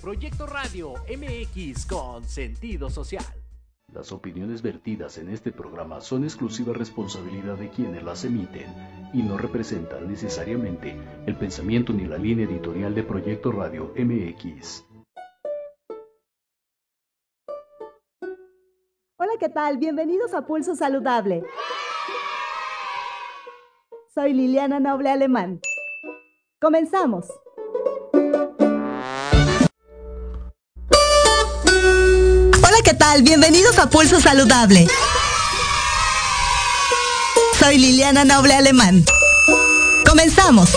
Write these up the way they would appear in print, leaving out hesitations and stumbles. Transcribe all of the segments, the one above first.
Proyecto Radio MX con sentido social. Las opiniones vertidas en este programa son exclusiva responsabilidad de quienes las emiten y no representan necesariamente el pensamiento ni la línea editorial de Proyecto Radio MX. Hola, ¿qué tal? Bienvenidos a Pulso Saludable. Soy Liliana Noble Alemán. ¡Comenzamos! Hola, ¿qué tal? Bienvenidos a Pulso Saludable. Soy Liliana Noble Alemán. ¡Comenzamos!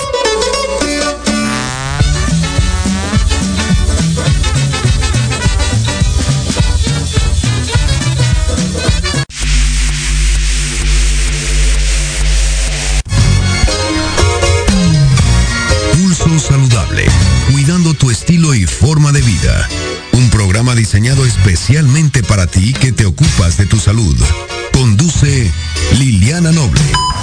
Pulso Saludable, cuidando tu estilo y forma de vida. Un programa diseñado especialmente para ti que te ocupas de tu salud. Conduce Liliana Noble.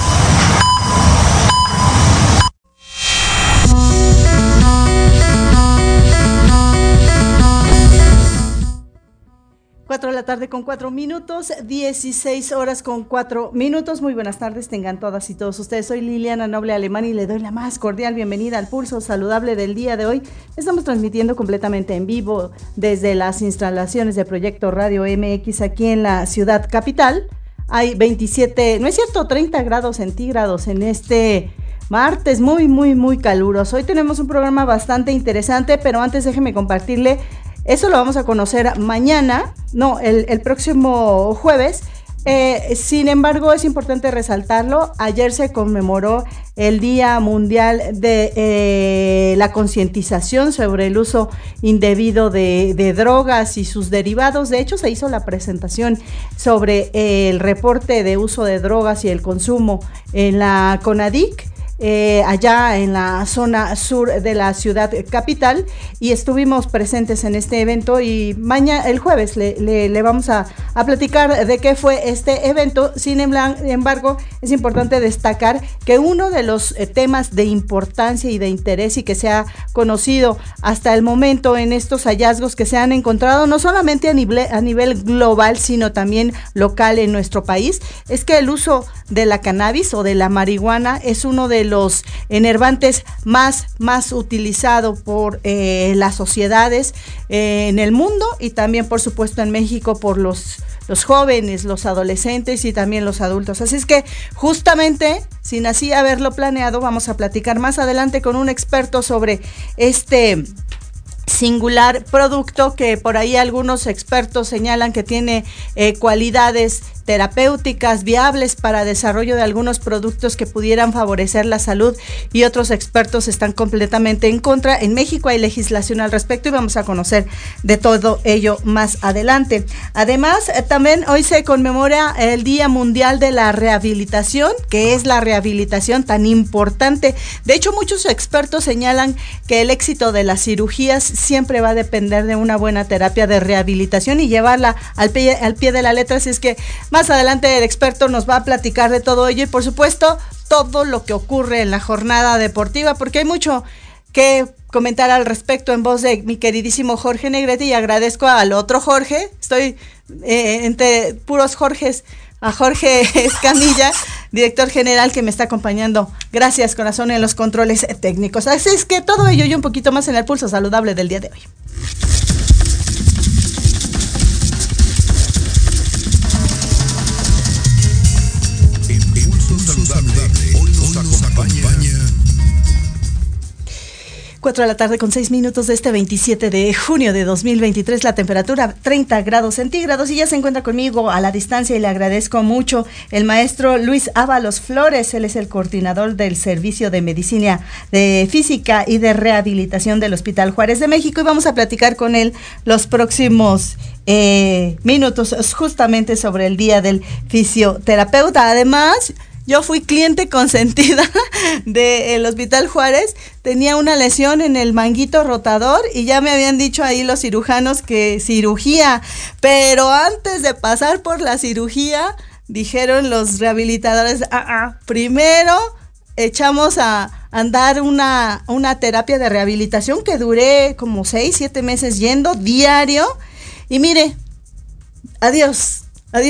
4 de la tarde con 4 minutos, 16 horas con 4 minutos. Muy buenas tardes, tengan todas y todos ustedes. Soy Liliana Noble Alemán y le doy la más cordial bienvenida al Pulso Saludable del día de hoy. Estamos transmitiendo completamente en vivo desde las instalaciones de Proyecto Radio MX aquí en la ciudad capital. Hay 30 grados centígrados en este martes, muy caluroso. Hoy tenemos un programa bastante interesante, pero antes déjeme compartirle. Eso lo vamos a conocer mañana, el próximo jueves. Sin embargo, es importante resaltarlo. Ayer se conmemoró el Día Mundial de la concientización sobre el uso indebido de drogas y sus derivados. De hecho, se hizo la presentación sobre el reporte de uso de drogas y el consumo en la CONADIC. Allá en la zona sur de la ciudad capital, y estuvimos presentes en este evento, y el jueves le vamos a platicar de qué fue este evento. Sin embargo, es importante destacar que uno de los temas de importancia y de interés y que se ha conocido hasta el momento en estos hallazgos que se han encontrado, no solamente a nivel global, sino también local en nuestro país, es que el uso de la cannabis o de la marihuana es uno de los enervantes más utilizado por las sociedades en el mundo, y también por supuesto en México por los jóvenes, los adolescentes y también los adultos. Así es que justamente, sin así haberlo planeado, vamos a platicar más adelante con un experto sobre este singular producto que por ahí algunos expertos señalan que tiene cualidades terapéuticas viables para desarrollo de algunos productos que pudieran favorecer la salud, y otros expertos están completamente en contra. En México hay legislación al respecto y vamos a conocer de todo ello más adelante. Además, también hoy se conmemora el Día Mundial de la Rehabilitación, que es la rehabilitación tan importante. De hecho, muchos expertos señalan que el éxito de las cirugías siempre va a depender de una buena terapia de rehabilitación y llevarla al pie de la letra. Así es que más adelante el experto nos va a platicar de todo ello y por supuesto todo lo que ocurre en la jornada deportiva, porque hay mucho que comentar al respecto en voz de mi queridísimo Jorge Negrete, y agradezco al otro Jorge, estoy entre puros Jorges, a Jorge Escamilla, director general, que me está acompañando. Gracias, corazón, en los controles técnicos. Así es que todo ello y un poquito más en el Pulso Saludable del día de hoy. Hoy nos acompaña 4 de la tarde con 6 minutos de este 27 de junio de 2023, la temperatura 30 grados centígrados, y ya se encuentra conmigo a la distancia, y le agradezco mucho, el maestro Luis Ábalos Flores. Él es el coordinador del Servicio de Medicina de Física y de Rehabilitación del Hospital Juárez de México, y vamos a platicar con él los próximos minutos justamente sobre el Día del Fisioterapeuta. Además, yo fui cliente consentida del Hospital Juárez, tenía una lesión en el manguito rotador y ya me habían dicho ahí los cirujanos que cirugía, pero antes de pasar por la cirugía, dijeron los rehabilitadores, primero echamos a andar una terapia de rehabilitación que duré como 6-7 meses yendo diario. Y mire, adiós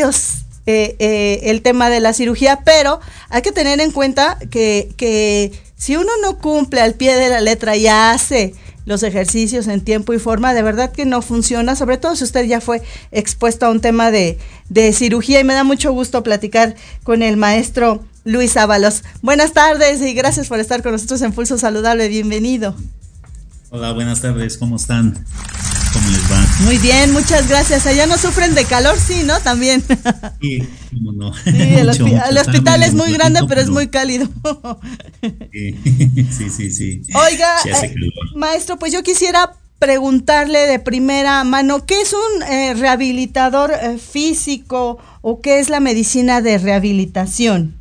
el tema de la cirugía, pero hay que tener en cuenta que si uno no cumple al pie de la letra y hace los ejercicios en tiempo y forma, de verdad que no funciona, sobre todo si usted ya fue expuesto a un tema de cirugía, y me da mucho gusto platicar con el maestro Luis Ábalos. Buenas tardes y gracias por estar con nosotros en Pulso Saludable, bienvenido. Hola, buenas tardes, ¿cómo están? ¿Cómo les va? Muy bien, muchas gracias. Allá no sufren de calor, sí, ¿no? También. Sí, cómo no. Sí, el hospital es muy grande, pero es muy cálido. Sí. Oiga, maestro, pues yo quisiera preguntarle de primera mano, ¿qué es un rehabilitador físico o qué es la medicina de rehabilitación?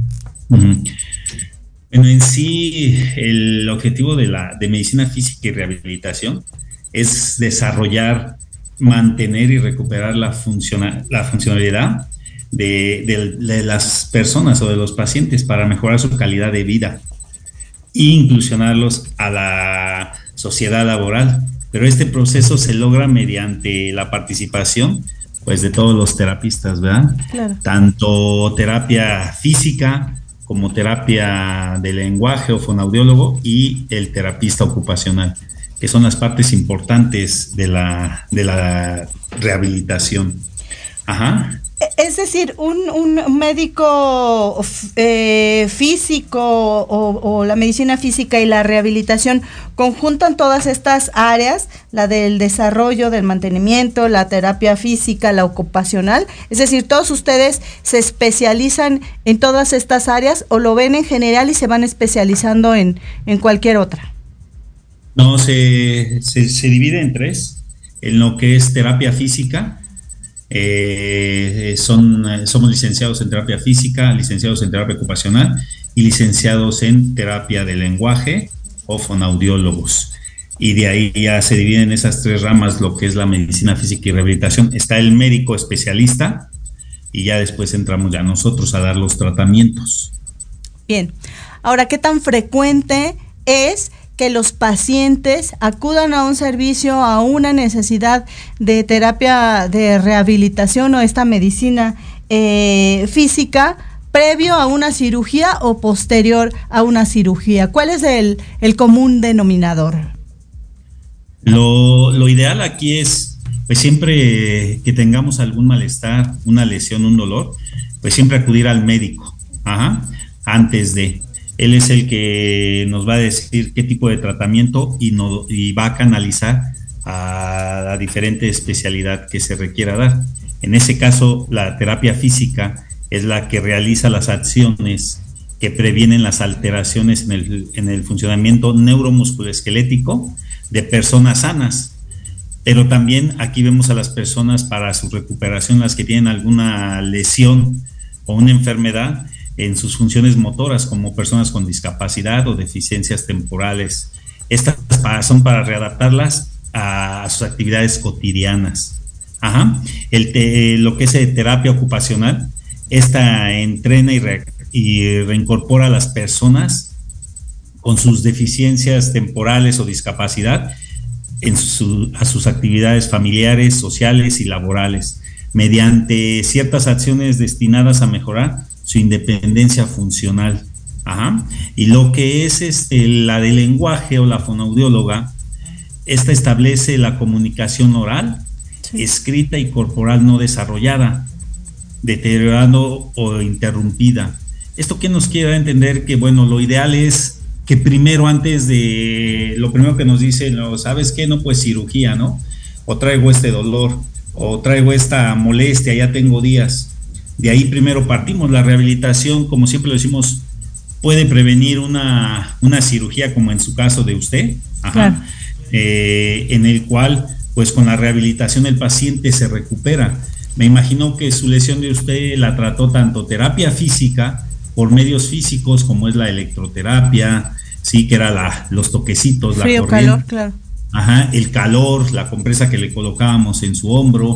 Bueno, en sí, el objetivo de medicina física y rehabilitación es desarrollar, mantener y recuperar la funcionalidad de las personas o de los pacientes para mejorar su calidad de vida e inclusionarlos a la sociedad laboral. Pero este proceso se logra mediante la participación, pues, de todos los terapistas, ¿verdad? Claro. Tanto terapia física como terapia de lenguaje o fonoaudiólogo y el terapista ocupacional, que son las partes importantes de la rehabilitación. Ajá. Es decir, un médico físico o la medicina física y la rehabilitación conjuntan todas estas áreas, la del desarrollo, del mantenimiento, la terapia física, la ocupacional. Es decir, todos ustedes se especializan en todas estas áreas o lo ven en general y se van especializando en cualquier otra. No, se divide en tres, en lo que es terapia física. Somos licenciados en terapia física, licenciados en terapia ocupacional y licenciados en terapia de lenguaje o fonoaudiólogos. Y de ahí ya se dividen esas tres ramas, lo que es la medicina física y rehabilitación. Está el médico especialista y ya después entramos ya nosotros a dar los tratamientos. Bien, ahora, ¿qué tan frecuente es que los pacientes acudan a un servicio, a una necesidad de terapia de rehabilitación o esta medicina física previo a una cirugía o posterior a una cirugía? ¿Cuál es el común denominador? Lo ideal aquí es, pues, siempre que tengamos algún malestar, una lesión, un dolor, pues siempre acudir al médico, antes de. Él es el que nos va a decir qué tipo de tratamiento y va a canalizar a la diferente especialidad que se requiera dar. En ese caso, la terapia física es la que realiza las acciones que previenen las alteraciones en el funcionamiento neuromusculoesquelético de personas sanas. Pero también aquí vemos a las personas para su recuperación, las que tienen alguna lesión o una enfermedad en sus funciones motoras, como personas con discapacidad o deficiencias temporales. Estas son para readaptarlas a sus actividades cotidianas. Lo que es terapia ocupacional, esta entrena y reincorpora a las personas con sus deficiencias temporales o discapacidad a sus actividades familiares, sociales y laborales, mediante ciertas acciones destinadas a mejorar su independencia funcional. Y lo que es la de lenguaje o la fonoaudióloga, esta establece la comunicación oral, escrita y corporal no desarrollada, deteriorando o interrumpida. ¿Esto qué nos quiere entender? Que bueno, lo ideal es que primero, lo primero que nos dicen, ¿sabes qué? No, pues cirugía, ¿no? O traigo este dolor, o traigo esta molestia, ya tengo días. De ahí primero partimos. La rehabilitación, como siempre lo decimos, puede prevenir una cirugía, como en su caso de usted, Claro. En el cual, pues con la rehabilitación el paciente se recupera. Me imagino que su lesión de usted la trató tanto terapia física, por medios físicos, como es la electroterapia, sí, que era los toquecitos, frío, la corriente, calor, claro. el calor, la compresa que le colocábamos en su hombro,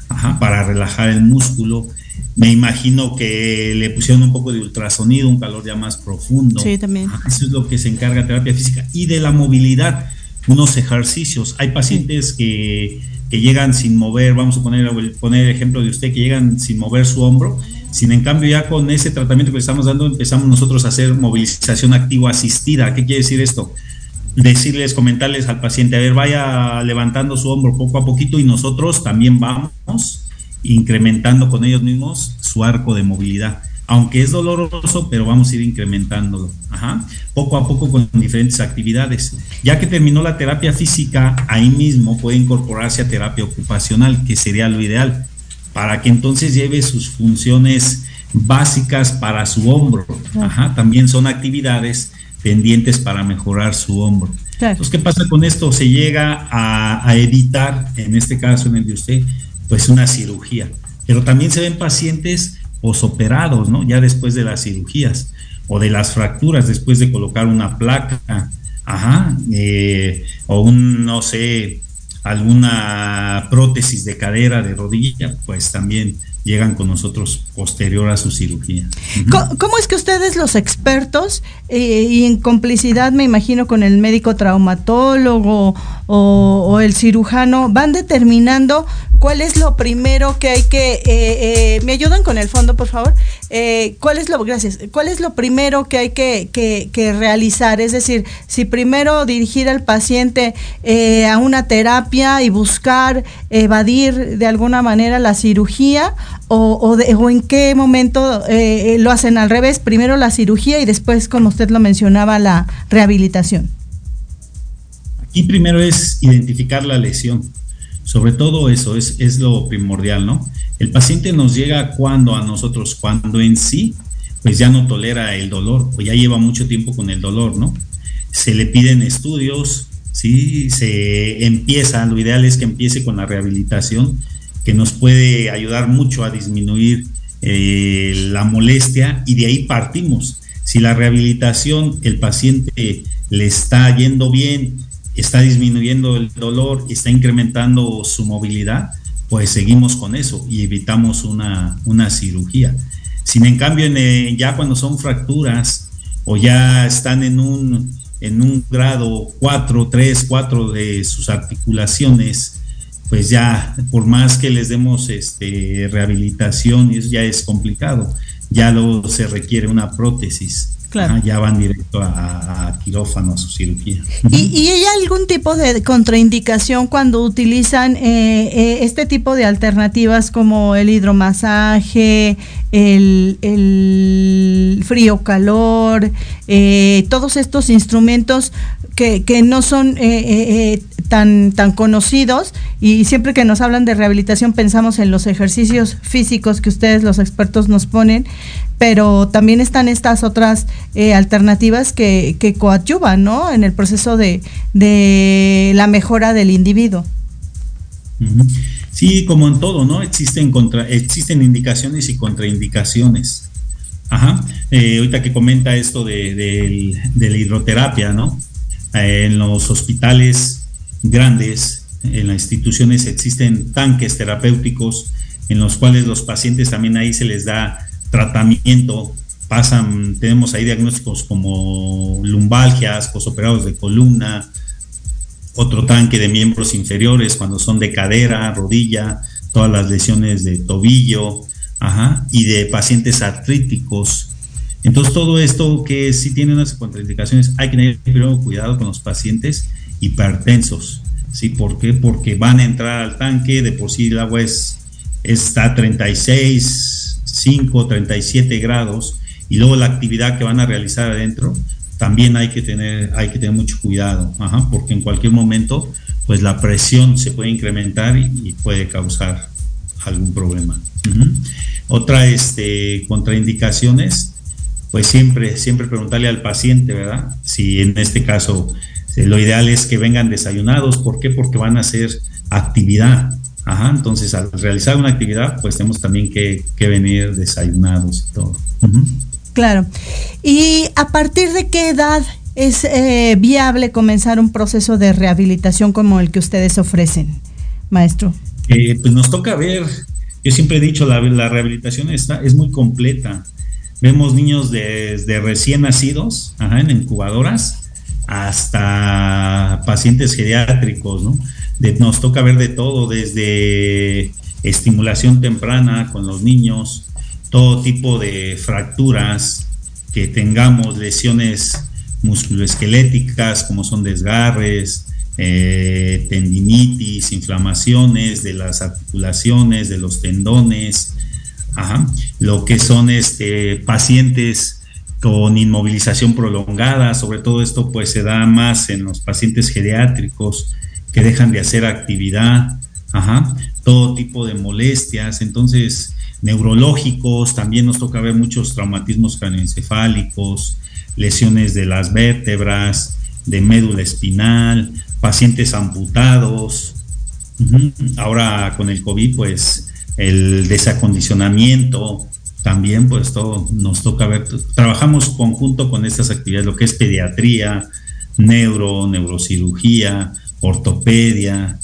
para relajar el músculo. Me imagino que le pusieron un poco de ultrasonido, un calor ya más profundo. Sí, también. Eso es lo que se encarga de terapia física. Y de la movilidad, unos ejercicios. Hay pacientes que llegan sin mover, vamos a poner el ejemplo de usted, que llegan sin mover su hombro. Sin en cambio, ya con ese tratamiento que le estamos dando, empezamos nosotros a hacer movilización activa asistida. ¿Qué quiere decir esto? Comentarles al paciente, a ver, vaya levantando su hombro poco a poquito y nosotros también vamos incrementando con ellos mismos su arco de movilidad. Aunque es doloroso, pero vamos a ir incrementándolo. Poco a poco con diferentes actividades. Ya que terminó la terapia física, ahí mismo puede incorporarse a terapia ocupacional, que sería lo ideal, para que entonces lleve sus funciones básicas para su hombro. También son actividades pendientes para mejorar su hombro. Claro. Entonces, ¿qué pasa con esto? Se llega a evitar, en este caso en el de usted, pues una cirugía. Pero también se ven pacientes posoperados, ¿no? Ya después de las cirugías o de las fracturas, después de colocar una placa, o no sé, alguna prótesis de cadera, de rodilla, pues también llegan con nosotros posterior a su cirugía. ¿Cómo es que ustedes, los expertos, y en complicidad, me imagino, con el médico traumatólogo o el cirujano, van determinando cuál es lo primero que hay que... ¿me ayudan con el fondo, por favor? Gracias. ¿Cuál es lo primero que hay que realizar? Es decir, si primero dirigir al paciente a una terapia y buscar evadir de alguna manera la cirugía, o en qué momento lo hacen al revés, primero la cirugía y después, como usted lo mencionaba, la rehabilitación. Aquí primero es identificar la lesión. Sobre todo eso es lo primordial, ¿no? El paciente nos llega cuando en sí, pues ya no tolera el dolor, o ya lleva mucho tiempo con el dolor, ¿no? Se le piden estudios, ¿sí? Lo ideal es que empiece con la rehabilitación, que nos puede ayudar mucho a disminuir la molestia, y de ahí partimos. Si la rehabilitación, el paciente le está yendo bien, está disminuyendo el dolor, está incrementando su movilidad, pues seguimos con eso y evitamos una cirugía. Sin en cambio, ya cuando son fracturas o ya están en un grado 3, 4 de sus articulaciones, pues ya, por más que les demos rehabilitación, eso ya es complicado. Ya se requiere una prótesis. Claro. Ya van directo a quirófano, a su cirugía. ¿Y hay algún tipo de contraindicación cuando utilizan este tipo de alternativas, como el hidromasaje, el frío-calor, todos estos instrumentos que no son tan conocidos? Y siempre que nos hablan de rehabilitación pensamos en los ejercicios físicos que ustedes, los expertos, nos ponen, pero también están estas otras alternativas que coadyuvan, ¿no?, en el proceso de la mejora del individuo. Sí, como en todo, ¿no? Existen indicaciones y contraindicaciones. Ahorita que comenta esto de la hidroterapia, ¿no? En los hospitales grandes, en las instituciones, existen tanques terapéuticos en los cuales los pacientes también ahí se les da tratamiento. Tenemos ahí diagnósticos como lumbalgias, posoperados de columna, otro tanque de miembros inferiores cuando son de cadera, rodilla, todas las lesiones de tobillo, y de pacientes artríticos. Entonces, todo esto que sí tiene unas contraindicaciones, hay que tener primero cuidado con los pacientes hipertensos. ¿Sí? ¿Por qué? Porque van a entrar al tanque, de por sí el agua está a 36,5, 37 grados, y luego la actividad que van a realizar adentro, también hay que tener mucho cuidado, porque en cualquier momento, pues la presión se puede incrementar y puede causar algún problema. Otra contraindicaciones, pues siempre preguntarle al paciente, ¿verdad? Si en este caso lo ideal es que vengan desayunados. ¿Por qué? Porque van a hacer actividad. Entonces, al realizar una actividad, pues tenemos también que venir desayunados y todo. Claro. ¿Y a partir de qué edad es viable comenzar un proceso de rehabilitación como el que ustedes ofrecen, maestro? Pues nos toca ver, yo siempre he dicho, la rehabilitación es muy completa. Vemos niños desde recién nacidos, en incubadoras, hasta pacientes geriátricos, ¿no? Nos toca ver de todo, desde estimulación temprana con los niños, todo tipo de fracturas que tengamos, lesiones musculoesqueléticas como son desgarres, tendinitis, inflamaciones de las articulaciones, de los tendones, lo que son pacientes con inmovilización prolongada. Sobre todo esto pues se da más en los pacientes geriátricos que dejan de hacer actividad, todo tipo de molestias. Entonces, neurológicos, también nos toca ver muchos traumatismos craneoencefálicos, lesiones de las vértebras, de médula espinal, pacientes amputados. Ahora con el COVID, pues el desacondicionamiento, también pues todo nos toca ver. Trabajamos conjunto con estas actividades, lo que es pediatría, neurocirugía, ortopedia,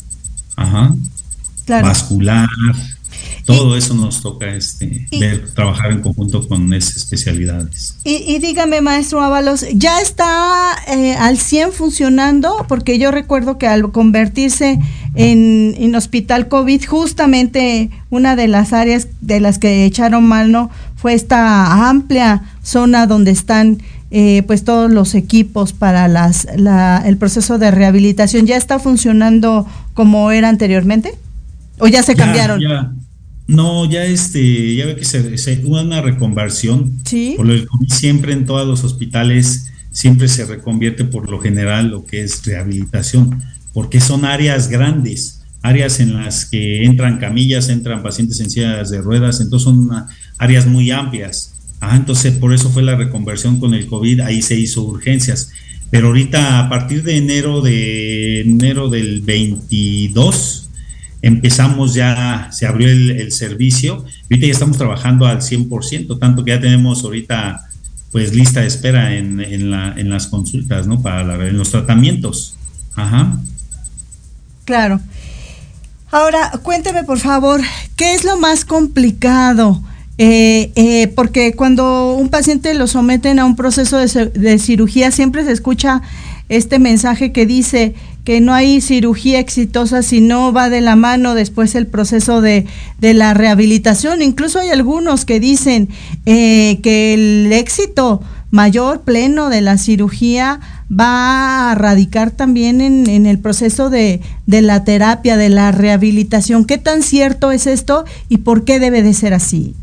claro, vascular. Todo eso nos toca trabajar en conjunto con esas especialidades. Y dígame, maestro Ábalos, ¿ya está al 100 funcionando? Porque yo recuerdo que al convertirse en hospital COVID, justamente una de las áreas de las que echaron mano fue esta amplia zona donde están pues todos los equipos para el proceso de rehabilitación. ¿Ya está funcionando como era anteriormente? ¿O ya se cambiaron? No, ya ve que se hubo una reconversión. ¿Sí? Por lo del COVID, siempre en todos los hospitales siempre se reconvierte por lo general lo que es rehabilitación, porque son áreas grandes, áreas en las que entran camillas, entran pacientes en sillas de ruedas, entonces son áreas muy amplias. Entonces por eso fue la reconversión con el COVID, ahí se hizo urgencias. Pero ahorita a partir de enero del 22 empezamos ya, se abrió el servicio, ahorita ya estamos trabajando al 100%, tanto que ya tenemos ahorita pues lista de espera en las consultas, ¿no? En los tratamientos. Claro. Ahora, cuénteme por favor, ¿qué es lo más complicado? Porque cuando un paciente lo someten a un proceso de cirugía, siempre se escucha este mensaje que dice que no hay cirugía exitosa si no va de la mano después el proceso de la rehabilitación. Incluso hay algunos que dicen que el éxito mayor, pleno de la cirugía va a radicar también en el proceso de la terapia, de la rehabilitación. ¿Qué tan cierto es esto y por qué debe de ser así?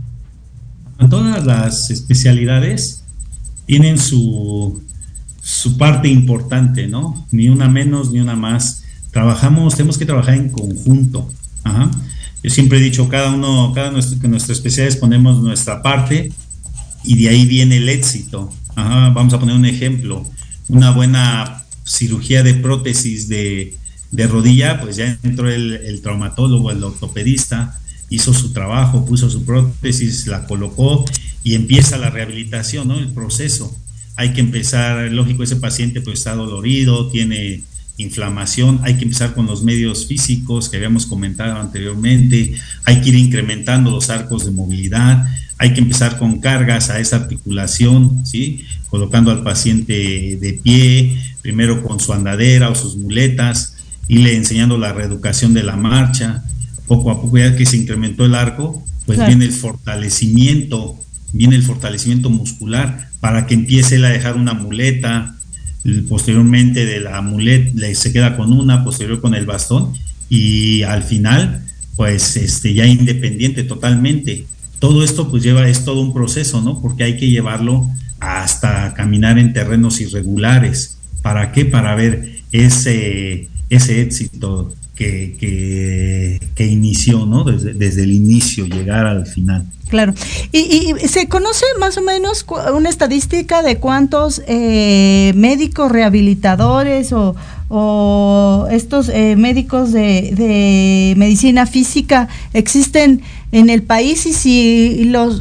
Todas las especialidades tienen su parte importante, ¿no? Ni una menos ni una más. Tenemos que trabajar en conjunto. Yo siempre he dicho, cada nuestra especialidad ponemos nuestra parte y de ahí viene el éxito. Vamos a poner un ejemplo. Una buena cirugía de prótesis de rodilla, pues ya entró el traumatólogo, el ortopedista, hizo su trabajo, puso su prótesis, la colocó y empieza la rehabilitación, ¿no? El proceso. Hay que empezar, lógico, ese paciente pues está dolorido, tiene inflamación, hay que empezar con los medios físicos que habíamos comentado anteriormente, hay que ir incrementando los arcos de movilidad, hay que empezar con cargas a esa articulación, ¿sí? Colocando al paciente de pie, primero con su andadera o sus muletas, irle enseñando la reeducación de la marcha. Poco a poco, ya que se incrementó el arco, pues claro, viene el fortalecimiento muscular para que empiece a dejar una muleta, posteriormente de la muleta se queda con una, posterior con el bastón y al final pues ya independiente totalmente. Todo esto pues es todo un proceso, ¿no? Porque hay que llevarlo hasta caminar en terrenos irregulares. ¿Para qué? Para ver ese éxito que inició, ¿no? Desde el inicio, llegar al final. Claro. ¿Y se conoce más o menos una estadística de cuántos médicos rehabilitadores o estos médicos de medicina física existen en el país y si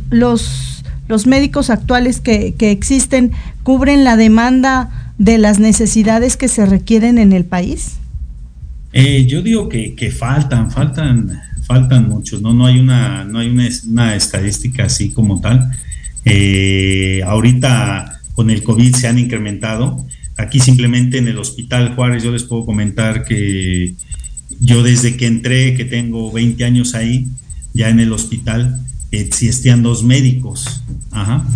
los médicos actuales que existen cubren la demanda de las necesidades que se requieren en el país? Yo digo que faltan muchos, no hay una estadística así como tal. Ahorita con el COVID se han incrementado. Aquí simplemente en el Hospital Juárez yo les puedo comentar que yo desde que entré, que tengo 20 años ahí, ya en el hospital, existían 2 médicos. Ajá.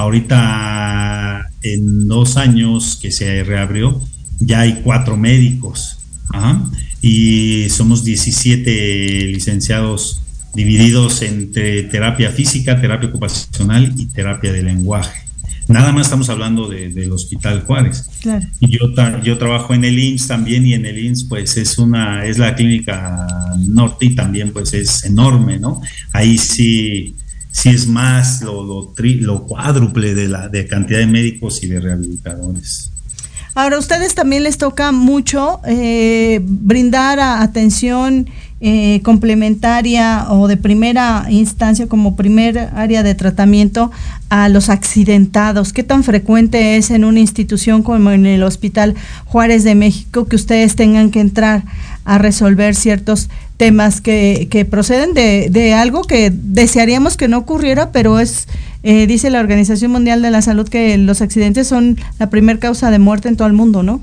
Ahorita en 2 años que se reabrió, ya hay 4 médicos. Ajá. Y somos 17 licenciados divididos entre terapia física, terapia ocupacional y terapia de lenguaje. Nada más estamos hablando del Hospital Juárez. Claro. Y yo trabajo en el IMSS también, y en el IMSS pues es la clínica norte, y también pues es enorme, ¿no? Ahí sí es más lo cuádruple de cantidad de médicos y de rehabilitadores. Ahora, a ustedes también les toca mucho brindar atención complementaria o de primera instancia como primer área de tratamiento a los accidentados. ¿Qué tan frecuente es en una institución como en el Hospital Juárez de México que ustedes tengan que entrar a resolver ciertos temas que proceden de algo que desearíamos que no ocurriera, pero dice la Organización Mundial de la Salud que los accidentes son la primera causa de muerte en todo el mundo, ¿no?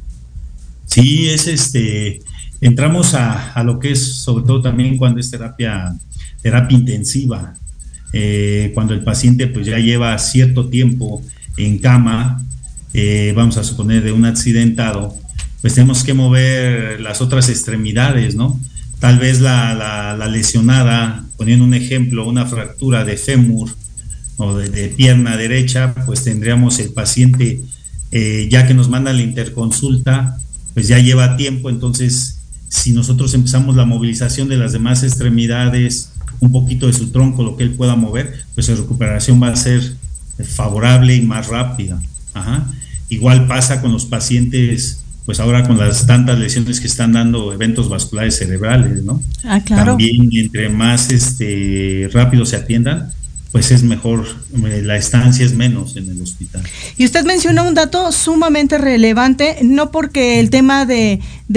Sí, entramos a lo que es, sobre todo también cuando es terapia intensiva, cuando el paciente pues ya lleva cierto tiempo en cama, vamos a suponer de un accidentado, pues tenemos que mover las otras extremidades, ¿no? Tal vez la lesionada, poniendo un ejemplo, una fractura de fémur o de pierna derecha, pues tendríamos el paciente, ya que nos manda la interconsulta, pues ya lleva tiempo. Entonces, si nosotros empezamos la movilización de las demás extremidades, un poquito de su tronco, lo que él pueda mover, pues su recuperación va a ser favorable y más rápida. Ajá. Igual pasa con los pacientes, pues ahora con las tantas lesiones que están dando, eventos vasculares cerebrales, ¿no? Ah, claro. También entre más rápido se atiendan, pues es mejor, la estancia es menos en el hospital. Y usted menciona un dato sumamente relevante, no porque el tema de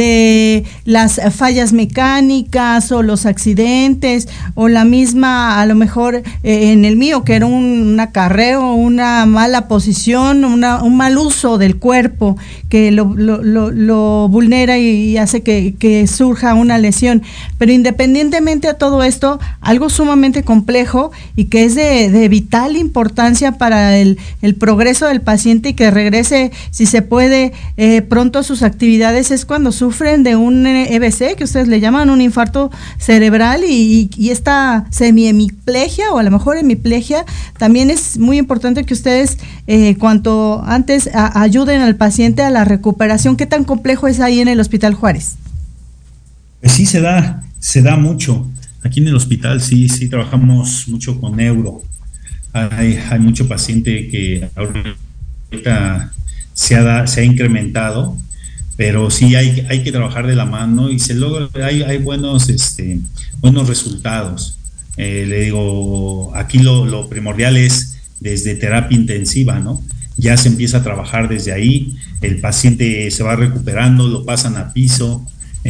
las fallas mecánicas o los accidentes o la misma, a lo mejor en el mío, que era un acarreo, una mala posición, un mal uso del cuerpo que lo vulnera y hace que surja una lesión. Pero independientemente de todo esto, algo sumamente complejo y que es de vital importancia para el progreso del paciente y que regrese, si se puede, pronto a sus actividades, es cuando sufren de un EBC, que ustedes le llaman un infarto cerebral, y esta semihemiplegia o a lo mejor hemiplegia. También es muy importante que ustedes cuanto antes ayuden al paciente a la recuperación. ¿Qué tan complejo es ahí en el Hospital Juárez? Pues sí, se da mucho. Aquí en el hospital sí trabajamos mucho con neuro. Hay mucho paciente que ahorita se ha incrementado, pero sí hay que trabajar de la mano y se logra, hay buenos resultados. Le digo, aquí lo primordial es desde terapia intensiva, ¿no? Ya se empieza a trabajar desde ahí, el paciente se va recuperando, lo pasan a piso,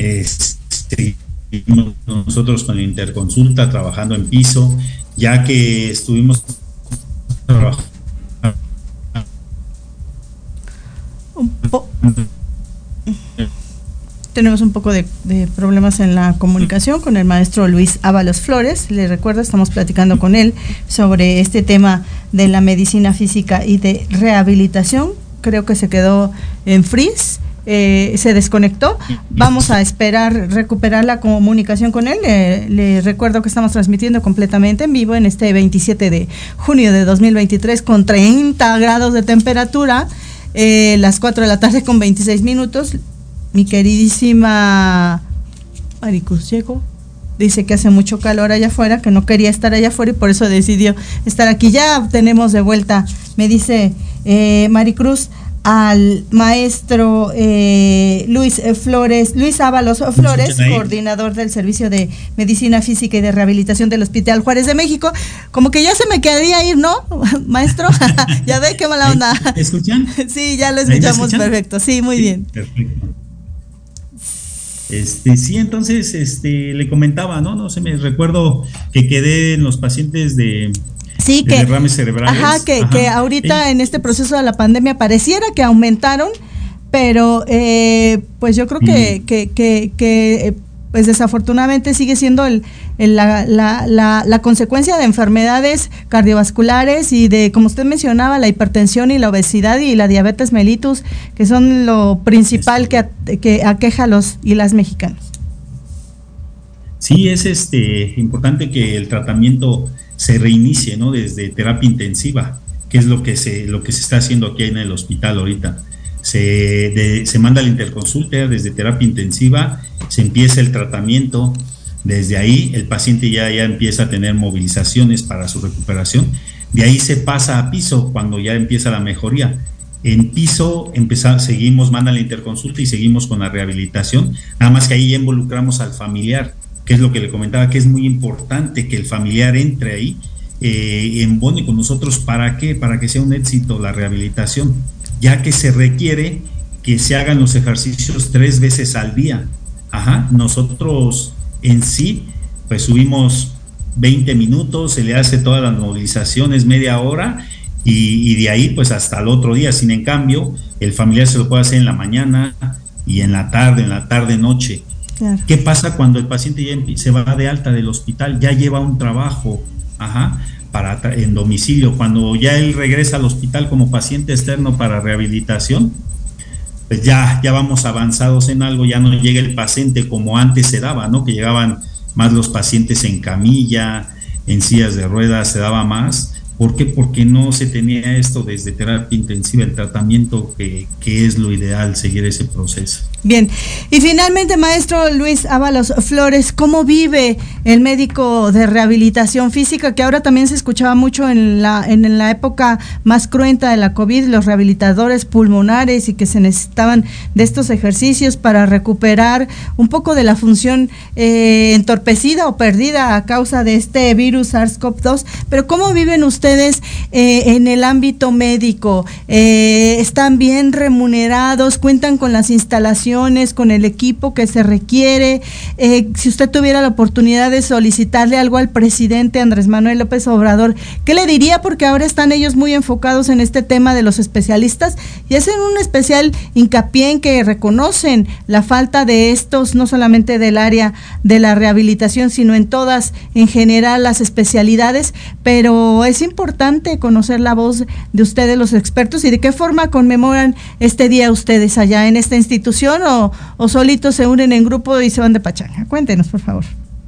nosotros con la interconsulta trabajando en piso, ya que estuvimos trabajando. Tenemos un poco de problemas en la comunicación con el maestro Luis Ábalos Flores. Les recuerdo, estamos platicando con él sobre este tema de la medicina física y de rehabilitación. Creo que se quedó en freeze. Se desconectó. Vamos a esperar recuperar la comunicación con él. Le recuerdo que estamos transmitiendo completamente en vivo en este 27 de junio de 2023 con 30 grados de temperatura, las 4 de la tarde con 26 minutos. Mi queridísima Maricruz llegó. Dice que hace mucho calor allá afuera, que no quería estar allá afuera y por eso decidió estar aquí. Ya tenemos de vuelta, me dice Maricruz, al maestro Luis Ábalos Flores, coordinador del Servicio de Medicina Física y de Rehabilitación del Hospital Juárez de México. Como que ya se me quedaría ir, ¿no, maestro? Ya ve qué mala onda. ¿Me escuchan? Sí, ya lo escuchamos perfecto. Sí, muy bien. Perfecto. Sí, entonces, le comentaba, no sé, me recuerdo que quedé en los pacientes de derrames cerebrales. Que ahorita en este proceso de la pandemia pareciera que aumentaron, pero pues yo creo que pues desafortunadamente sigue siendo la consecuencia de enfermedades cardiovasculares y de, como usted mencionaba, la hipertensión y la obesidad y la diabetes mellitus, que son lo principal que aqueja a los y las mexicanos. Sí, es importante que el tratamiento se reinicie, ¿no? Desde terapia intensiva, que es lo que se está haciendo aquí en el hospital ahorita. Se manda la interconsulta desde terapia intensiva, se empieza el tratamiento, desde ahí el paciente ya empieza a tener movilizaciones para su recuperación, de ahí se pasa a piso cuando ya empieza la mejoría. En piso seguimos, manda la interconsulta y seguimos con la rehabilitación, nada más que ahí ya involucramos al familiar, que es lo que le comentaba, que es muy importante que el familiar entre ahí en bono con nosotros. ¿Para qué? Para que sea un éxito la rehabilitación, ya que se requiere que se hagan los ejercicios 3 veces al día. Nosotros en sí, pues subimos 20 minutos, se le hace todas las movilizaciones, media hora, y de ahí pues hasta el otro día. Sin en cambio, el familiar se lo puede hacer en la mañana y en la tarde, noche. Claro. ¿Qué pasa cuando el paciente ya se va de alta del hospital? Ya lleva un trabajo, en domicilio. Cuando ya él regresa al hospital como paciente externo para rehabilitación, pues ya vamos avanzados en algo, ya no llega el paciente como antes se daba, ¿no? Que llegaban más los pacientes en camilla, en sillas de ruedas, se daba más. ¿Por qué? Porque no se tenía esto desde terapia intensiva, el tratamiento que es lo ideal, seguir ese proceso. Bien, y finalmente, maestro Luis Ábalos Flores, ¿cómo vive el médico de rehabilitación física, que ahora también se escuchaba mucho en la época más cruenta de la COVID, los rehabilitadores pulmonares, y que se necesitaban de estos ejercicios para recuperar un poco de la función entorpecida o perdida a causa de este virus SARS-CoV-2? Pero ¿cómo viven ustedes en el ámbito médico? ¿Están bien remunerados? ¿Cuentan con las instalaciones, con el equipo que se requiere? Si usted tuviera la oportunidad de solicitarle algo al presidente Andrés Manuel López Obrador, ¿qué le diría? Porque ahora están ellos muy enfocados en este tema de los especialistas y hacen un especial hincapié en que reconocen la falta de estos, no solamente del área de la rehabilitación, sino en todas, en general, las especialidades. Pero es importante conocer la voz de ustedes, los expertos, y de qué forma conmemoran este día ustedes allá en esta institución, o solitos se unen en grupo y se van de pachanga. Cuéntenos, por favor.